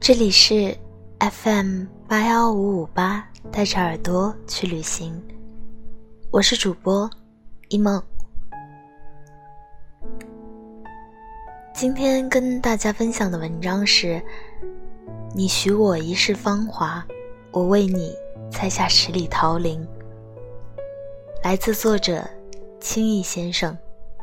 这里是 FM81558，带着耳朵去旅行，我是主播一梦。今天跟大家分享的文章是你许我一世芳华，我为你采下10里桃林，来自作者轻易先生。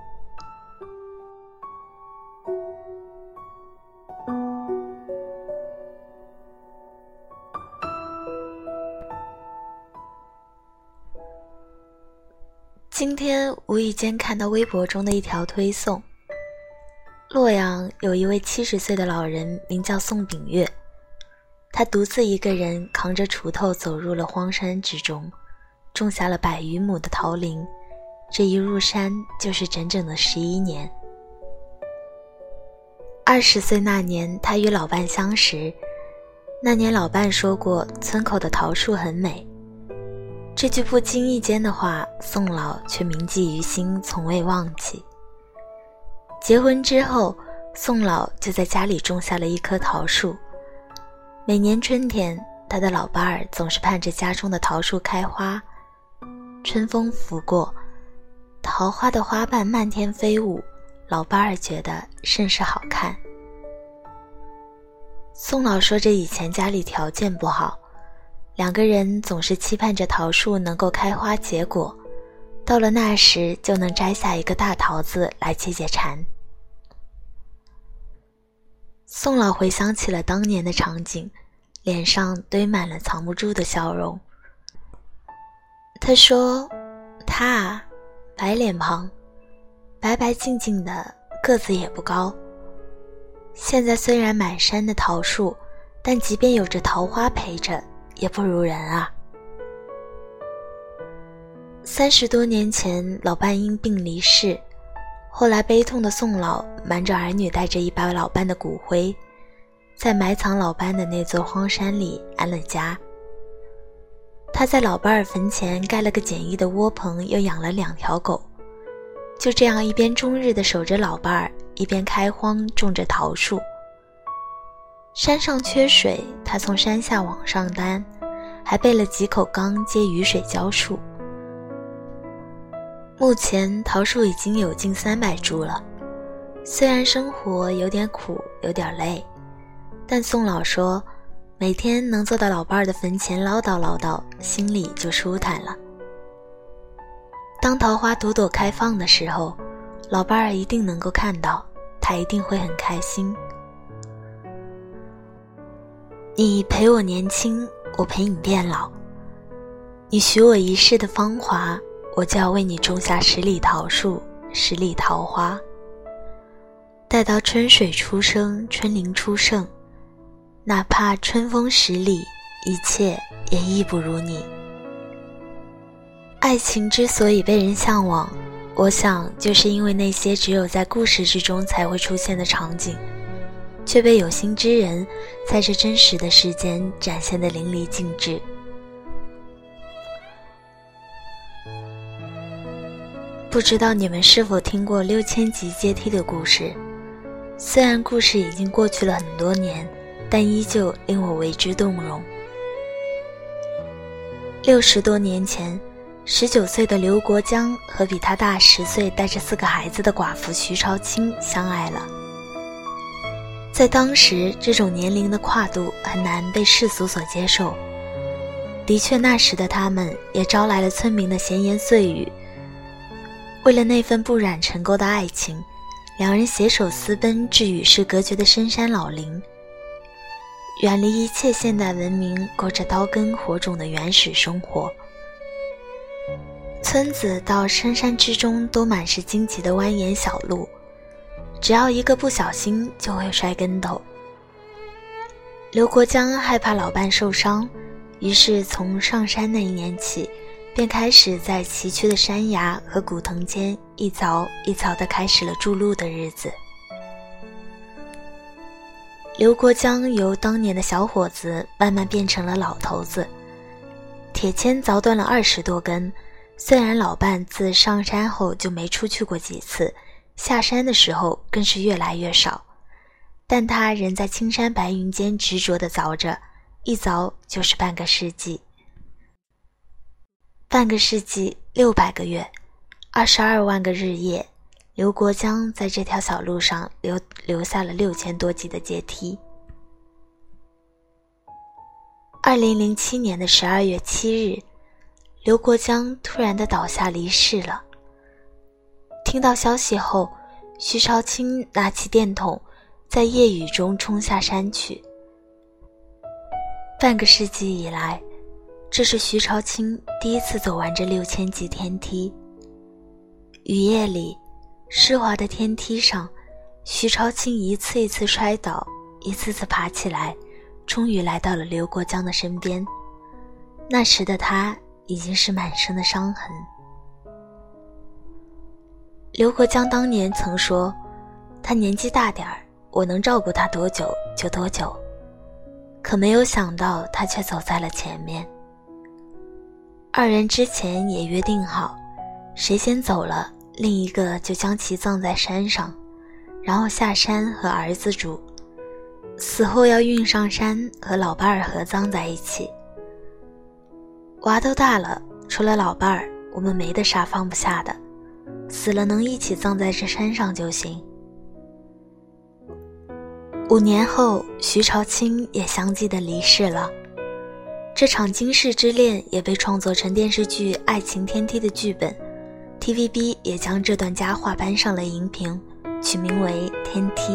今天无意间看到微博中的一条推送，洛阳有一位70岁的老人，名叫宋炳月，他独自一个人扛着锄头走入了荒山之中，种下了100余亩的桃林，这一入山就是整整的11年。20岁那年，他与老伴相识，那年老伴说过村口的桃树很美，这句不经意间的话，宋老却铭记于心，从未忘记。结婚之后，宋老就在家里种下了一棵桃树。每年春天，他的老伴儿总是盼着家中的桃树开花。春风拂过，桃花的花瓣漫天飞舞，老伴儿觉得甚是好看。宋老说着以前家里条件不好，两个人总是期盼着桃树能够开花结果，到了那时就能摘下一个大桃子来解解馋。宋老回想起了当年的场景，脸上堆满了藏不住的笑容。他说，他啊，白脸庞，白白净净的，个子也不高。现在虽然满山的桃树，但即便有着桃花陪着，也不如人啊。30多年前，老伴因病离世，后来悲痛的宋老瞒着儿女，带着一把老伴的骨灰，在埋藏老伴的那座荒山里安了家。他在老伴儿坟前盖了个简易的窝棚，又养了2条狗，就这样一边终日地守着老伴儿，一边开荒种着桃树。山上缺水，他从山下往上担，还备了几口缸接雨水浇树。目前桃树已经有近300株了，虽然生活有点苦，有点累，但宋老说，每天能坐到老伴儿的坟前唠叨唠叨，心里就舒坦了。当桃花朵朵开放的时候，老伴儿一定能够看到，他一定会很开心。你陪我年轻，我陪你变老，你许我一世的芳华，我就要为你种下10里桃树，10里桃花。待到春水初生，春林初盛，哪怕春风10里，一切也亦不如你。爱情之所以被人向往，我想就是因为那些只有在故事之中才会出现的场景，却被有心之人在这真实的世间展现得淋漓尽致。不知道你们是否听过6000级阶梯的故事？虽然故事已经过去了很多年，但依旧令我为之动容。60多年前，19岁的刘国江和比他大10岁带着4个孩子的寡妇徐朝清相爱了。在当时，这种年龄的跨度很难被世俗所接受。的确，那时的他们也招来了村民的闲言碎语。为了那份不染尘垢的爱情，两人携手私奔至与世隔绝的深山老林，远离一切现代文明，过着刀耕火种的原始生活。村子到深山之中都满是荆棘的蜿蜒小路，只要一个不小心就会摔跟头。刘国江害怕老伴受伤，于是从上山那一年起，便开始在崎岖的山崖和古藤间一凿一凿地开始了筑路的日子。刘国江由当年的小伙子慢慢变成了老头子，铁钎凿断了20多根，虽然老伴自上山后就没出去过几次，下山的时候更是越来越少， 但他仍在青山白云间执着地凿着，一凿就是半个世纪。半个世纪600个月，22万个日夜，刘国江在这条小路上留下了6000多级的阶梯。2007年的12月7日，刘国江突然地倒下离世了。听到消息后，徐朝清拿起电筒，在夜雨中冲下山去。半个世纪以来，这是徐朝清第一次走完这6000级天梯。雨夜里，湿滑的天梯上，徐朝清一次一次摔倒，一次次爬起来，终于来到了刘国江的身边。那时的他已经是满身的伤痕。刘国江当年曾说，他年纪大点儿，我能照顾他多久就多久，可没有想到他却走在了前面。二人之前也约定好，谁先走了，另一个就将其葬在山上，然后下山和儿子住，死后要运上山和老伴儿合葬在一起。娃都大了，除了老伴儿，我们没得啥放不下的，死了能一起葬在这山上就行。5年后，徐朝清也相继的离世了。这场今世之恋也被创作成电视剧《爱情天梯》的剧本， TVB 也将这段佳话搬上了荧屏，取名为《天梯》。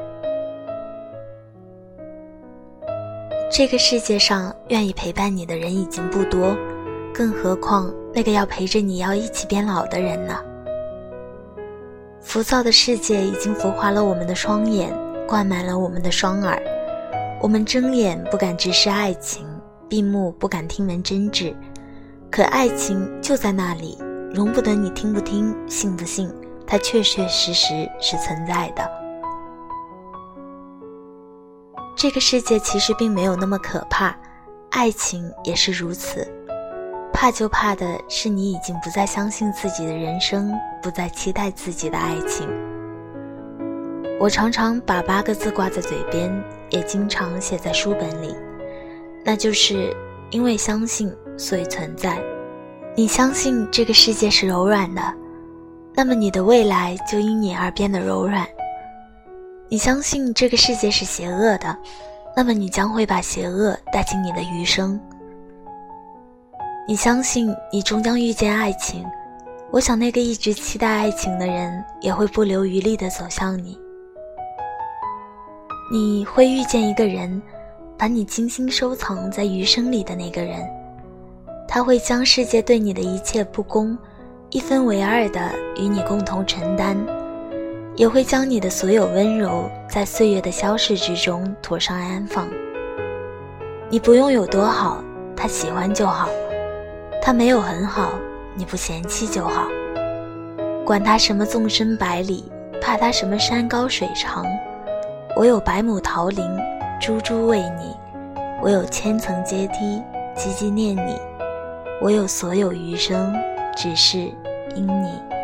这个世界上愿意陪伴你的人已经不多，更何况那个要陪着你要一起变老的人呢？浮躁的世界已经浮华了我们的双眼，灌满了我们的双耳。我们睁眼不敢直视爱情，闭目不敢听闻真挚，可爱情就在那里，容不得你听不听，信不信，它确确实实是存在的。这个世界其实并没有那么可怕，爱情也是如此。怕就怕的是你已经不再相信自己的人生，不再期待自己的爱情。我常常把8个字挂在嘴边，也经常写在书本里，那就是因为相信，所以存在。你相信这个世界是柔软的，那么你的未来就因你而变得柔软。你相信这个世界是邪恶的，那么你将会把邪恶带进你的余生。你相信你终将遇见爱情，我想那个一直期待爱情的人也会不留余力地走向你。你会遇见一个人，把你精心收藏在余生里的那个人，他会将世界对你的一切不公1分为2地与你共同承担，也会将你的所有温柔在岁月的消逝之中妥善安放。你不用有多好，他喜欢就好，他没有很好，你不嫌弃就好。管他什么纵深百里，怕他什么山高水长，我有100亩桃林，株株为你，我有1000层阶梯，积积念你，我有所有余生，只是因你。